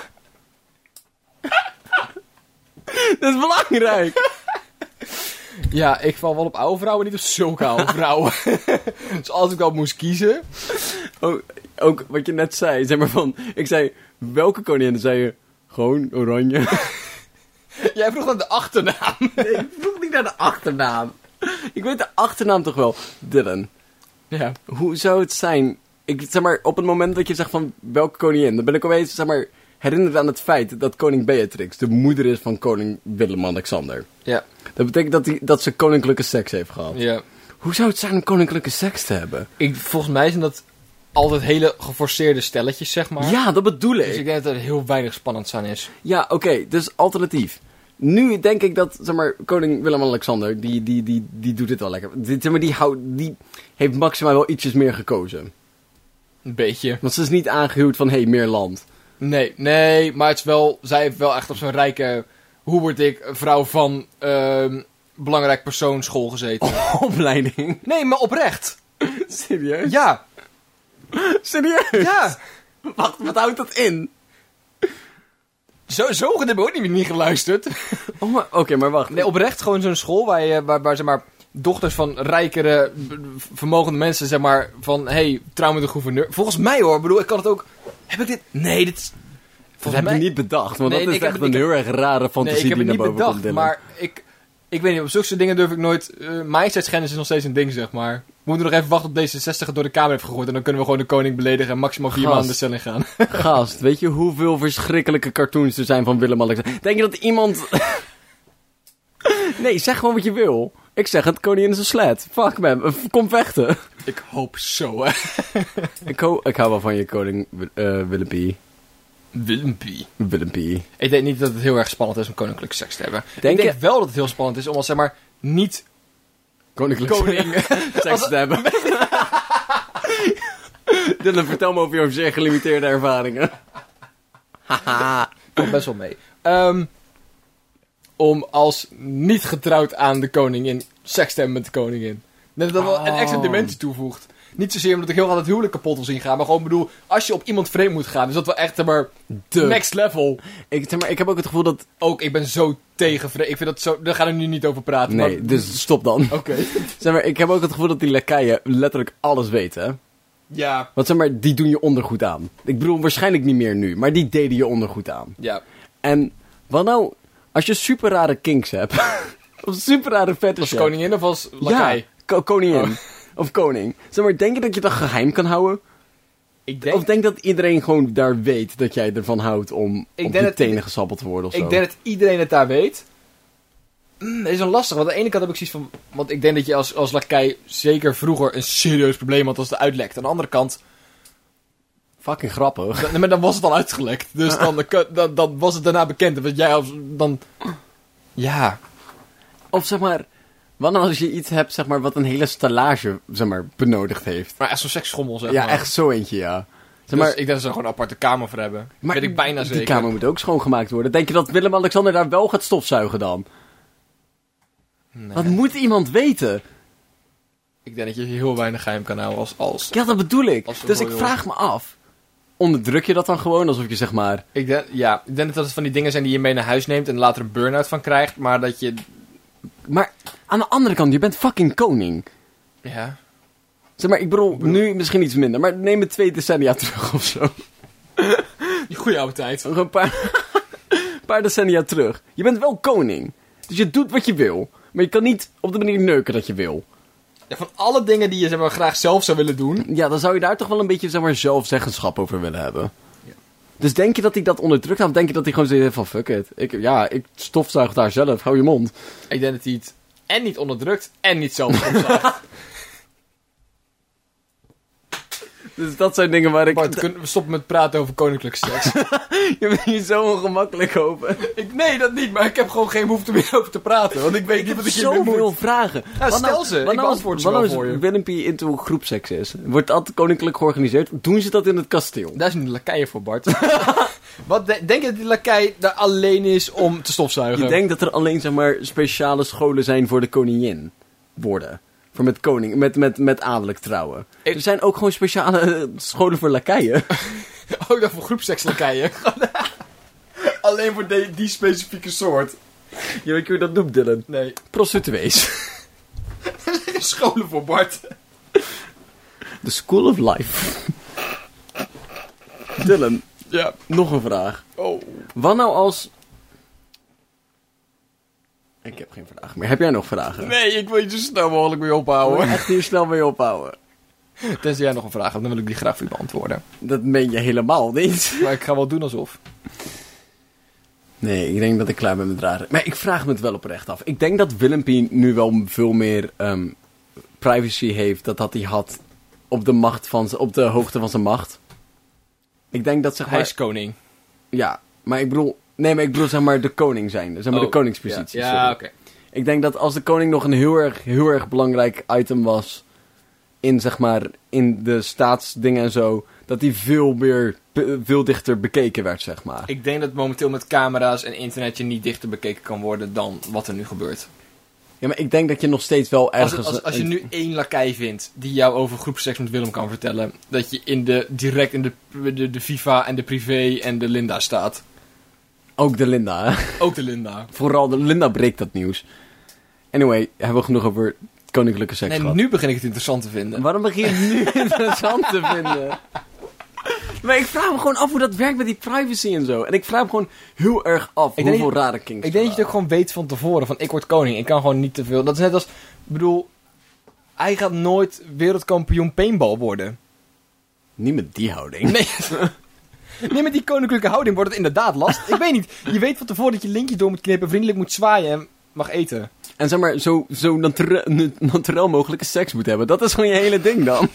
Dat is belangrijk. Ja, ik val wel op oude vrouwen, niet op zulke oude vrouwen. Dus als ik al moest kiezen... Ook, ook wat je net zei, zeg maar van... Ik zei, welke koningin? Dan zei je, gewoon oranje. Jij vroeg naar de achternaam. Nee, ik vroeg niet naar de achternaam. Ik weet de achternaam toch wel. Dylan, Ja. hoe zou het zijn... Ik, zeg maar, op het moment dat je zegt van welke koningin... Dan ben ik opeens, zeg maar, herinnerd aan het feit dat koning Beatrix de moeder is van koning Willem-Alexander. Ja. Dat betekent dat, die, dat ze koninklijke seks heeft gehad. Ja. Hoe zou het zijn om koninklijke seks te hebben? Ik, volgens mij zijn dat altijd hele geforceerde stelletjes, zeg maar. Ja, dat bedoel ik. Dus ik denk dat er heel weinig spannends aan is. Ja, oké, okay, dus alternatief. Nu denk ik dat, zeg maar, koning Willem-Alexander, die, die, die, die doet dit wel lekker. Die, zeg maar, die, houdt, die heeft maximaal wel ietsjes meer gekozen. Een beetje. Want ze is niet aangehuwd van, hé, hey, meer land. Nee, nee, maar het is wel, zij heeft wel echt op zo'n rijke, hoe word ik, vrouw van uh, belangrijk persoon school gezeten. Oh, opleiding? Nee, maar oprecht. Serieus? Ja. Serieus? Ja. Wacht, wat houdt dat in? Zo, zo goed hebben we ook niet, niet geluisterd. Oh, Oké, okay, maar wacht. Nee, oprecht gewoon zo'n school waar, je, waar, waar zeg maar, dochters van rijkere, vermogende mensen, zeg maar, van, hey, trouw met de gouverneur. Volgens mij hoor, bedoel, ik kan het ook... Heb ik dit... Nee, dit is... Dat heb mij... je niet bedacht, want nee, dat is nee, echt heb, een ik, heel erg rare fantasie nee, die naar boven bedacht, komt. Dylan. Maar ik... Ik weet niet, op zulke soort dingen durf ik nooit... Uh, Majesteitsschennis is nog steeds een ding, zeg maar. We moeten nog even wachten op D zesenzestig het door de Kamer heeft gegooid. En dan kunnen we gewoon de koning beledigen en maximaal vier Gast. maanden de cel in gaan. Gast, weet je hoeveel verschrikkelijke cartoons er zijn van Willem-Alexander? Denk je dat iemand... Nee, zeg gewoon wat je wil. Ik zeg het, koningin is een slet. Fuck man, kom vechten. Ik hoop zo, hè. ik, ho ik hou wel van je koning uh, Willempie. Willempie. Willempie. Ik denk niet dat het heel erg spannend is om koninklijke seks te hebben. Denk ik denk je... wel dat het heel spannend is om als, zeg maar, niet... Koninklijke koning seks als... te hebben. Dylan, vertel me over je zeer gelimiteerde ervaringen. Haha. Komt best wel mee. Um, om als niet getrouwd aan de koningin seks te hebben met de koningin. Dat dat wel Oh. een extra dimensie toevoegt. Niet zozeer omdat ik heel graag het huwelijk kapot wil zien gaan, maar gewoon bedoel, als je op iemand vreemd moet gaan, is dat wel echt, zeg maar, De. next level. Ik, zeg maar, ik heb ook het gevoel dat... Ook, ik ben zo tegen vreemd. Ik vind dat zo, daar gaan we nu niet over praten. Nee, maar... dus stop dan. Oké. Okay. Zeg maar, ik heb ook het gevoel dat die lakaien letterlijk alles weten. Ja. Want zeg maar, die doen je ondergoed aan. Ik bedoel, waarschijnlijk niet meer nu, maar die deden je ondergoed aan. Ja. En wat nou, als je super rare kinks hebt, of super rare fetishes Als koningin of als lakai? Ja, ko koningin. Oh. Of koning. Zeg maar, denk je dat je dat geheim kan houden? Ik denk... Of denk dat iedereen gewoon daar weet dat jij ervan houdt om Ik op denk je dat- tenen gesabbeld te worden of zo? Ik denk dat iedereen het daar weet. Mm, dat is een lastig, want aan de ene kant heb ik zoiets van... Want ik denk dat je als, als lakai zeker vroeger een serieus probleem had als het uitlekt. Aan de andere kant... Fucking grappig. Dan, maar dan was het al uitgelekt. Dus dan, dan, dan was het daarna bekend. Want jij als... Dan... Ja. Of zeg maar, wat nou als je iets hebt zeg maar, wat een hele stallage zeg maar, benodigd heeft? Maar echt zo'n seksschommel, zeg Ja, maar. echt zo eentje, ja. Zeg Dus maar, ik denk dat ze er gewoon een aparte kamer voor hebben. maar weet ik bijna die zeker. kamer moet ook schoongemaakt worden. Denk je dat Willem-Alexander daar wel gaat stofzuigen dan? Nee. Wat moet iemand weten? Ik denk dat je heel weinig geheim kan houden als... als... Ja, dat bedoel ik. Als Dus ik royal. vraag me af. Onderdruk je dat dan gewoon alsof je zeg maar... Ik denk, ja, ik denk dat het van die dingen zijn die je mee naar huis neemt en later een burn-out van krijgt. Maar dat je... Maar aan de andere kant, je bent fucking koning. Ja. Zeg maar, ik bedoel, nu misschien iets minder, maar neem het twee decennia terug of zo. Die goede oude tijd. Nog een paar, paar decennia terug. Je bent wel koning. Dus je doet wat je wil. Maar je kan niet op de manier neuken dat je wil. Ja, van alle dingen die je zeg maar, graag zelf zou willen doen. Ja, dan zou je daar toch wel een beetje zeg maar, zelfzeggenschap over willen hebben. Ja. Dus denk je dat hij dat onderdrukt? Of denk je dat hij gewoon zegt van fuck it. Ik, ja, ik stofzuig daar zelf. Hou je mond. Ik denk dat hij het en niet onderdrukt en niet zelf opzuigt. Dus dat zijn dingen waar ik... Bart, kunnen we stoppen met praten over koninklijke seks? Je bent hier zo ongemakkelijk over. ik, nee, dat niet, maar ik heb gewoon geen behoefte meer over te praten. Want ik weet Ik niet heb wat ik hiermee zoveel moet. vragen. Ja, Wat stel nou- ze, wat ik nou beantwoord als- ze wat wel nou voor als je. Willempie into groepseks is? Wordt dat koninklijk georganiseerd? Doen ze dat in het kasteel? Daar zijn de lakaien voor, Bart. Wat de- denk je dat die lakai daar alleen is om te stofzuigen? Je denkt dat er alleen zeg maar, speciale scholen zijn voor de koningin worden. Voor met koning, met, met, met adellijk trouwen. Ik- Er zijn ook gewoon speciale eh, scholen voor lakaien. Ook dan voor groepsekslakaien. alleen voor die, die specifieke soort. Je weet hoe je dat noemt, Dylan. Nee. Prostituees. Scholen voor Bart. The School of Life. Dylan, Ja. nog een vraag. Oh. Wat nou als... Ik heb geen vragen meer. Heb jij nog vragen? Nee, ik wil je zo snel mogelijk mee Wil ophouden. je echt hier snel mee ophouden? Tenzij jij nog een vraag hebt, dan wil ik die graag voor je beantwoorden. Dat meen je helemaal niet. Maar ik ga wel doen alsof. Nee, ik denk dat ik klaar ben met dragen. Maar ik vraag me het wel oprecht af. Ik denk dat Willempie nu wel veel meer ehm, privacy heeft. Dat dat hij had op de macht van z- op de hoogte van zijn macht. Ik denk dat zeg maar... Hij is koning. Ja, maar ik bedoel... Nee, maar ik bedoel zeg maar de koning zijn. Zeg maar Oh, de koningspositie. Ja, sorry. ja oké. Ik denk dat als de koning nog een heel erg, heel erg belangrijk item was... in zeg maar, in de staatsdingen en zo... dat die veel meer, be- veel dichter bekeken werd, zeg maar. Ik denk dat momenteel met camera's en internet je niet dichter bekeken kan worden dan wat er nu gebeurt. Ja, maar ik denk dat je nog steeds wel Als, ergens... als, als je een- nu één lakai vindt die jou over groepseks met Willem kan vertellen... dat je in de, direct in de, de, de FIFA en de privé en de Linda staat. Ook de Linda, hè? Ook de Linda. Vooral de Linda breekt dat nieuws. Anyway, hebben we genoeg over koninklijke seks Nee, gehad. nu begin ik het interessant te vinden. Waarom begin je het nu interessant te vinden? Maar ik vraag me gewoon af hoe dat werkt met die privacy en zo. En ik vraag me gewoon heel erg af Ik denk hoeveel dat- rare kinks Ik denk dat je er het ook gewoon weet van tevoren. Van ik word koning. Ik kan gewoon niet te veel. Dat is net als... Ik bedoel... Hij gaat nooit wereldkampioen paintball worden. waren. Niet met die houding. Nee. Nee, met die koninklijke houding wordt het inderdaad lastig. Ik weet niet. Je weet van tevoren dat je linkje door moet knippen, vriendelijk moet zwaaien en mag eten. En zeg maar, zo, zo nature- nu- naturel mogelijke seks moet hebben. Dat is gewoon je hele ding dan.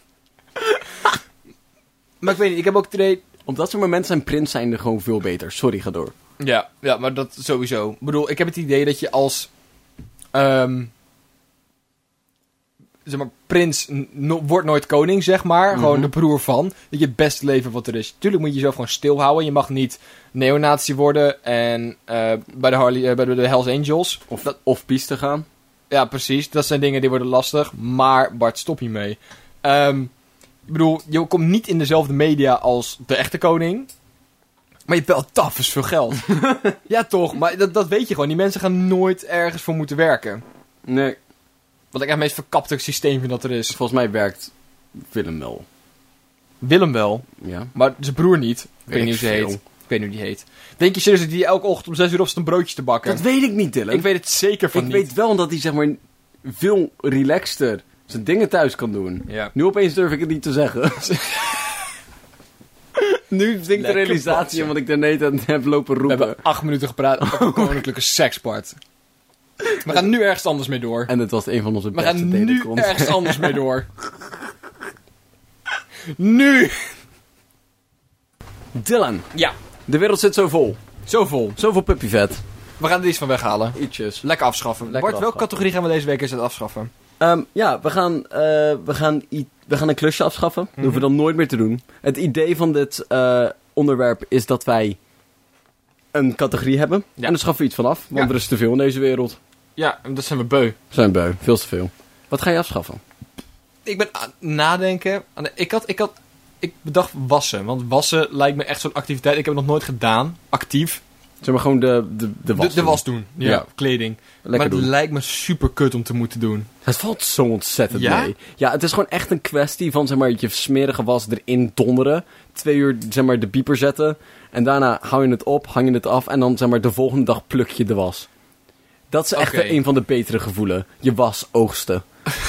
Maar ik weet niet, ik heb ook het idee... Op dat soort momenten zijn prins zijn er gewoon veel beter. Sorry, ga door. Ja, ja, maar dat sowieso. Ik bedoel, ik heb het idee dat je als... ehm, zeg maar, prins n- no- wordt nooit koning, zeg maar. Mhm. Gewoon de broer van. Dat je het beste leven wat er is. Tuurlijk moet je jezelf gewoon stilhouden. Je mag niet neonazi worden. En eh, bij, de Harley, eh, bij de Hells Angels. Of, dat, of piste gaan. Ja, precies. Dat zijn dingen die worden lastig. Maar Bart, stop hiermee. Ehm ik bedoel, je komt niet in dezelfde media als de echte koning. Maar je hebt wel tafels veel geld. Ja, toch? Maar dat, dat weet je gewoon. Die mensen gaan nooit ergens voor moeten werken. Nee. Wat ik echt het meest verkapte systeem vind dat er is. Volgens mij werkt Willem wel. Willem wel, Ja. maar zijn broer niet. Ik weet ik niet hoe ze veel. heet. Ik weet niet hoe die heet. Denk je serieus dat die elke ochtend om zes uur op een broodje te bakken? Dat weet ik niet, Dylan. Ik weet het zeker van Ik niet. weet wel dat hij zeg maar veel relaxter zijn dingen thuis kan doen. Ja. Nu opeens durf ik het niet te zeggen. Nu zinkt de Lekker realisatie patsen. omdat ik daarnet aan heb lopen We roepen. hebben acht minuten gepraat over koninklijke sekspart. We gaan nu ergens anders mee door. En het was een van onze We beste gaan nu telecons. ergens anders mee door. Nu! Dylan, Ja, de wereld zit zo vol. zo vol. Zoveel puppyvet. We gaan er iets van weghalen. Ietsjes. Lekker afschaffen. Lekker Bart, welke afschaffen. categorie gaan we deze week eens het afschaffen? Ehm, ja, we gaan, eh, we, gaan i- we gaan een klusje afschaffen. Dat hoeven we dan nooit meer te doen. Het idee van dit eh, onderwerp is dat wij een categorie hebben. Ja. En daar schaffen we iets van af. Want Ja. er is te veel in deze wereld. Ja, dat zijn we beu. We zijn beu. Veel te veel. Wat ga je afschaffen? Ik ben aan het nadenken. Aan de- Ik had, ik had, ik bedacht wassen. Want wassen lijkt me echt zo'n activiteit. Ik heb het nog nooit gedaan. Actief. Zeg maar gewoon de, de, de was. De, de was doen. Ja, Ja. kleding. Lekker maar het doen. lijkt me super kut om te moeten doen. Het valt zo ontzettend Ja? mee. Ja, het is gewoon echt een kwestie van zeg maar, je smerige was erin donderen. Twee uur zeg maar, de pieper zetten. En daarna hou je het op, hang je het af. En dan zeg maar, de volgende dag pluk je de was. Dat is echt Oké. een van de betere gevoelen. Je was oogsten.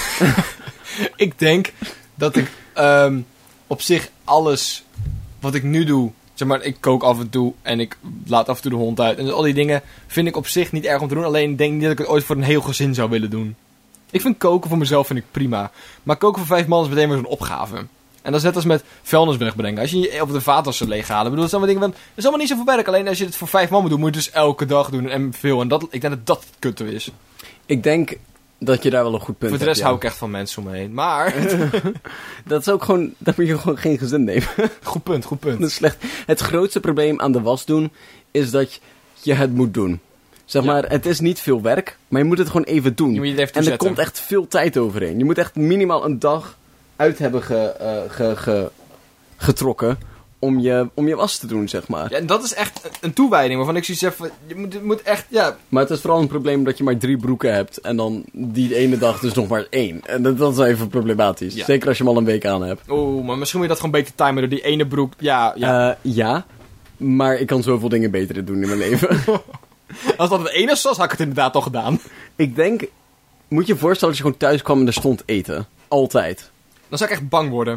Ik denk dat ik ehm, op zich alles wat ik nu doe... Zeg maar, ik kook af en toe en ik laat af en toe de hond uit. En dus al die dingen vind ik op zich niet erg om te doen. Alleen denk niet dat ik het ooit voor een heel gezin zou willen doen. Ik vind koken voor mezelf vind ik prima. Maar koken voor vijf man is meteen weer zo'n opgave. En dat is net als met vuilnis wegbrengen. Als je je op de vaatwasser leeghalen. Ik bedoel, dat zijn allemaal dingen van... Dat is allemaal niet zoveel werk. Alleen als je het voor vijf man moet doen, moet je het dus elke dag doen. En veel. En dat, ik denk dat dat het kutte is. Ik denk dat je daar wel een goed punt voor de hebt. rest ja. hou ik echt van mensen om me heen. Maar... Dat is ook gewoon... Dan moet je gewoon geen gezin nemen. goed punt, goed punt. Dat is slecht. Het grootste probleem aan de was doen... is dat je het moet doen. Zeg Ja. maar, het is niet veel werk... maar je moet het gewoon even doen. Je moet je het even en er toezetten. komt echt veel tijd overheen. Je moet echt minimaal een dag uit hebben ge, eh, ge, ge- getrokken... Om je, om je was te doen, zeg maar. Ja, en dat is echt een toewijding waarvan ik zoiets heb van... Je moet, je moet echt, ja... Maar het is vooral een probleem dat je maar drie broeken hebt... en dan die ene dag dus nog maar één. En dat, dat is even problematisch. Ja. Zeker als je hem al een week aan hebt. Oeh, maar misschien moet je dat gewoon beter timen door die ene broek... Ja, ja. Ja, ja maar ik kan zoveel dingen beter doen in mijn leven. Als dat het enige was, had ik het inderdaad al gedaan. Ik denk... Moet je je voorstellen dat je gewoon thuis kwam en er stond eten. Altijd. Dan zou ik echt bang worden.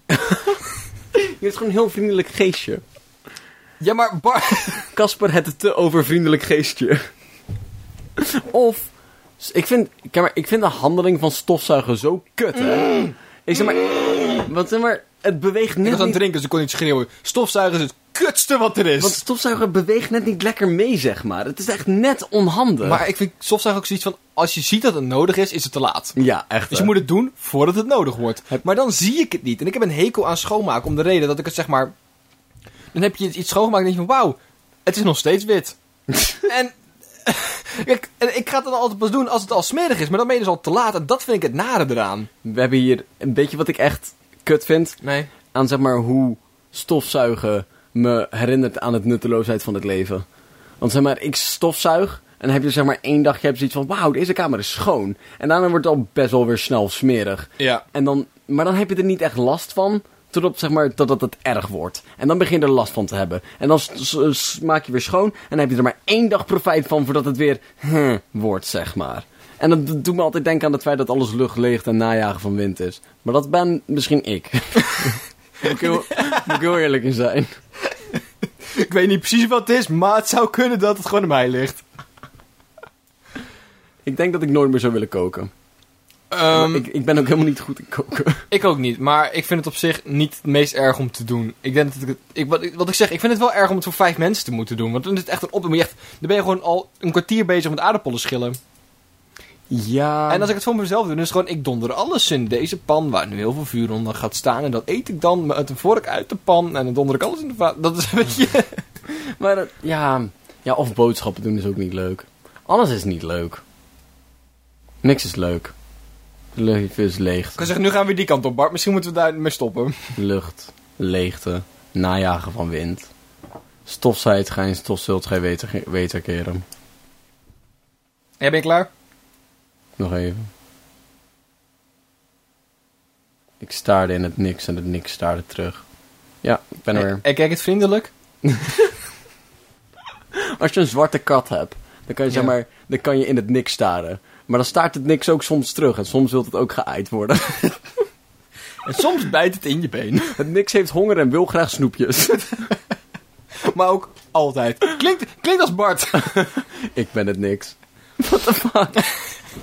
Je is gewoon een heel vriendelijk geestje. Ja, maar Bar... Casper het te overvriendelijk geestje. Of... Ik vind, kijk maar, ik vind de handeling van stofzuigen zo kut, hè. Ik zeg maar... Want zeg maar, het beweegt Ik net was aan het niet... drinken, dus ik kon niet schreeuwen. Stofzuigen is het kutste wat er is. Want stofzuiger beweegt net niet lekker mee, zeg maar. Het is echt net onhandig. Maar ik vind stofzuigen ook zoiets van, als je ziet dat het nodig is, is het te laat. Ja, echt. Dus je moet het doen voordat het nodig wordt. Maar dan zie ik het niet. En ik heb een hekel aan schoonmaken om de reden dat ik het zeg maar... Dan heb je iets schoongemaakt en denk je van, wauw, het is nog steeds wit. en... Kijk, en ik ga het dan altijd pas doen als het al smerig is. Maar dan ben je dus al te laat. En dat vind ik het nare eraan. We hebben hier een beetje wat ik echt kut vind. Nee. Aan zeg maar hoe stofzuigen me herinnert aan het nutteloosheid van het leven. Want zeg maar, ik stofzuig en dan heb je zeg maar één dag, je hebt zoiets van, wauw, deze kamer is schoon. En daarna wordt het al best wel weer snel smerig. Ja. En dan, maar dan heb je er niet echt last van, totdat, zeg maar, totdat het erg wordt. En dan begin je er last van te hebben. En dan s- s- maak je weer schoon en dan heb je er maar één dag profijt van voordat het weer hm, wordt, zeg maar. En dat d- doet me altijd denken aan het feit dat alles lucht leegt en najagen van wind is. Maar dat ben misschien ik. Moet ik heel, moet ik heel eerlijk in zijn. Ik weet niet precies wat het is, maar het zou kunnen dat het gewoon aan mij ligt. Ik denk dat ik nooit meer zou willen koken. Um, ik, ik ben ook helemaal niet goed in koken. Ik ook niet, maar ik vind het op zich niet het meest erg om te doen. Ik denk dat ik het... Ik, wat, wat ik zeg, ik vind het wel erg om het voor vijf mensen te moeten doen. Want dan is het echt een op... Dan, moet je echt, dan ben je gewoon al een kwartier bezig met aardappelen schillen. Ja. En als ik het voor mezelf doe, dan is het gewoon... Ik donder alles in deze pan, waar nu heel veel vuur onder gaat staan. En dat eet ik dan met een vork uit de pan. En dan donder ik alles in de vaat. Dat is een beetje... Maar dat, ja... Ja, of boodschappen doen is ook niet leuk. Alles is niet leuk. Niks is leuk. Lucht is leegte. Ik kan zeggen, nu gaan we weer die kant op, Bart. Misschien moeten we daarmee stoppen. Lucht, leegte, najagen van wind. Stofzuigt geen stofzult geen weter, weterkeren. Ja, ben je klaar? Nog even. Ik staarde in het niks en het niks staarde terug. Ja, ik ben er weer. En, en kijk het vriendelijk. Als je een zwarte kat hebt, dan kan je, Ja. zeg maar, dan kan je in het niks staren. Maar dan staart het niks ook soms terug. En soms wil het ook geaaid worden. En soms bijt het in je been. Het niks heeft honger en wil graag snoepjes. Maar ook altijd. Klinkt, klinkt als Bart. Ik ben het niks. What the fuck?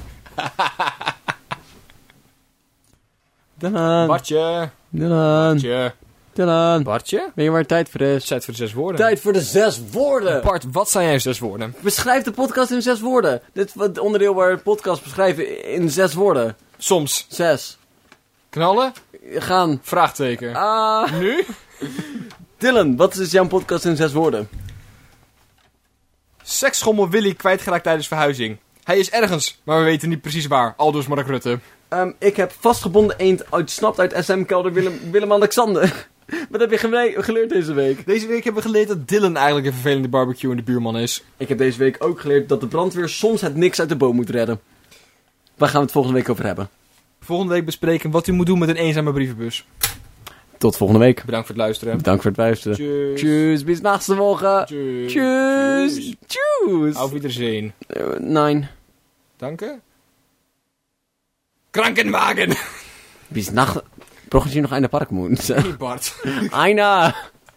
Dylan. Bartje. Dylan. Bartje. Dylan. Bartje? Ben je waar tijd voor is? Tijd voor de zes woorden. Tijd voor de zes woorden. Bart, wat zijn jij zes woorden? Beschrijf de podcast in zes woorden. Dit is het onderdeel waar we de podcast beschrijven in zes woorden. Soms. Zes. Knallen? Gaan. Vraagteken. Ah. Nu? Dylan, wat is jouw podcast in zes woorden? Seksschommel Willy kwijtgeraakt tijdens verhuizing. Hij is ergens, maar we weten niet precies waar. Aldus Mark Rutte. Um, ik heb vastgebonden eend ontsnapt uit S M-kelder Willem, Willem-Alexander. Wat heb je gele- geleerd deze week? Deze week hebben we geleerd dat Dylan eigenlijk een vervelende barbecue in de buurman is. Ik heb deze week ook geleerd dat de brandweer soms het niks uit de boom moet redden. Waar gaan we het volgende week over hebben? Volgende week bespreken wat u moet doen met een eenzame brievenbus. Tot volgende week. Bedankt voor het luisteren. Bedankt voor het luisteren. Tjus. Tjus, bis nächste Woche. Tjus. Tjus. Tjus. Auf Wiedersehen. Uh, nein. Danke. Krankenwagen. Bis nach... Brauchen Sie noch eine Parkmünze? Hey Bart. Einer.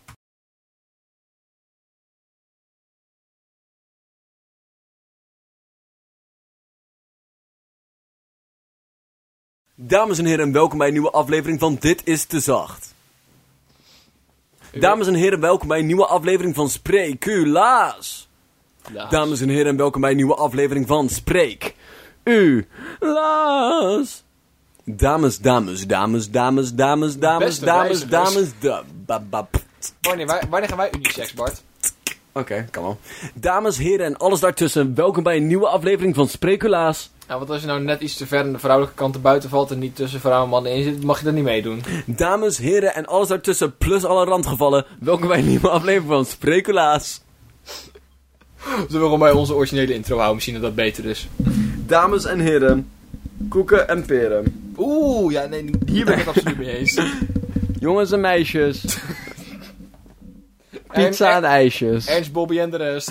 Dames en heren, welkom bij een nieuwe aflevering van Dit is te Zacht. Dames en heren, welkom bij een nieuwe aflevering van Spreekulaas. Dames en heren, welkom bij een nieuwe aflevering van Spreek U Laas. Dames, dames, dames, dames, dames, dames, Beste dames, reizigers. dames, da, ba, ba, p- Wanneer, wa- wanneer gaan wij unisex, Bart? Oké, kan wel. Dames, heren en alles daartussen, welkom bij een nieuwe aflevering van Spreekulaas. Nou, want als je nou net iets te ver aan de vrouwelijke kant erbuiten valt en niet tussen vrouw en man in zit, mag je dat niet meedoen. Dames, heren en alles daartussen, plus alle randgevallen, welkom bij een nieuwe aflevering van Spreekulaas. Zullen we gewoon bij onze originele intro houden, misschien dat dat beter is. Dames en heren, koeken en peren. Oeh, ja, nee, hier ben ik het absoluut mee eens. Jongens en meisjes. Pizza en ijsjes. Ernst, Bobby en de rest.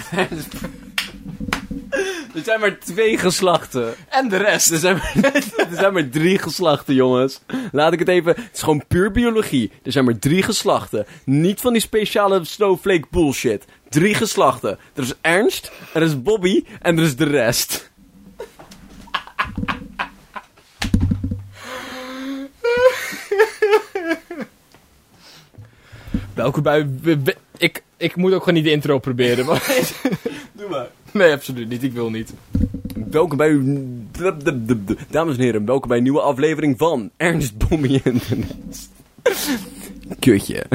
Er zijn maar twee geslachten. En de rest. Er zijn, maar, er zijn maar drie geslachten, jongens. Laat ik het even... Het is gewoon puur biologie. Er zijn maar drie geslachten. Niet van die speciale snowflake bullshit. Drie geslachten. Er is Ernst, er is Bobby en er is de rest. welke bui... we- we- Ik, ik moet ook gewoon niet de intro proberen. Maar... Doe maar. Nee, absoluut niet. Ik wil niet. Welkom bij... Dames en heren, welkom bij een nieuwe aflevering van Ernst, Bommy en de Nest. Kutje.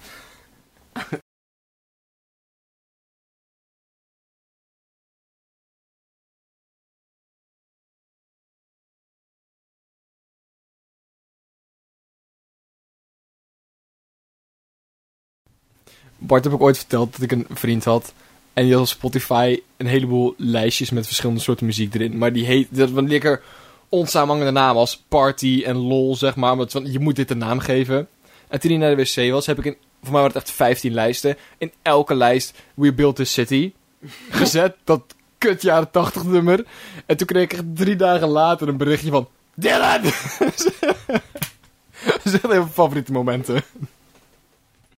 Bart heb ik ooit verteld dat ik een vriend had. En die had op Spotify een heleboel lijstjes met verschillende soorten muziek erin. Maar die heet... Dat was lekker onsamenhangende naam als Party en LOL, zeg maar. Maar het van, je moet dit een naam geven. En toen hij naar de wc was, heb ik in... Voor mij waren het echt vijftien lijsten. In elke lijst We Built This City gezet. Dat kut jaren tachtig nummer. En toen kreeg ik echt drie dagen later een berichtje van... Dylan! Dat is echt een van mijn favoriete momenten.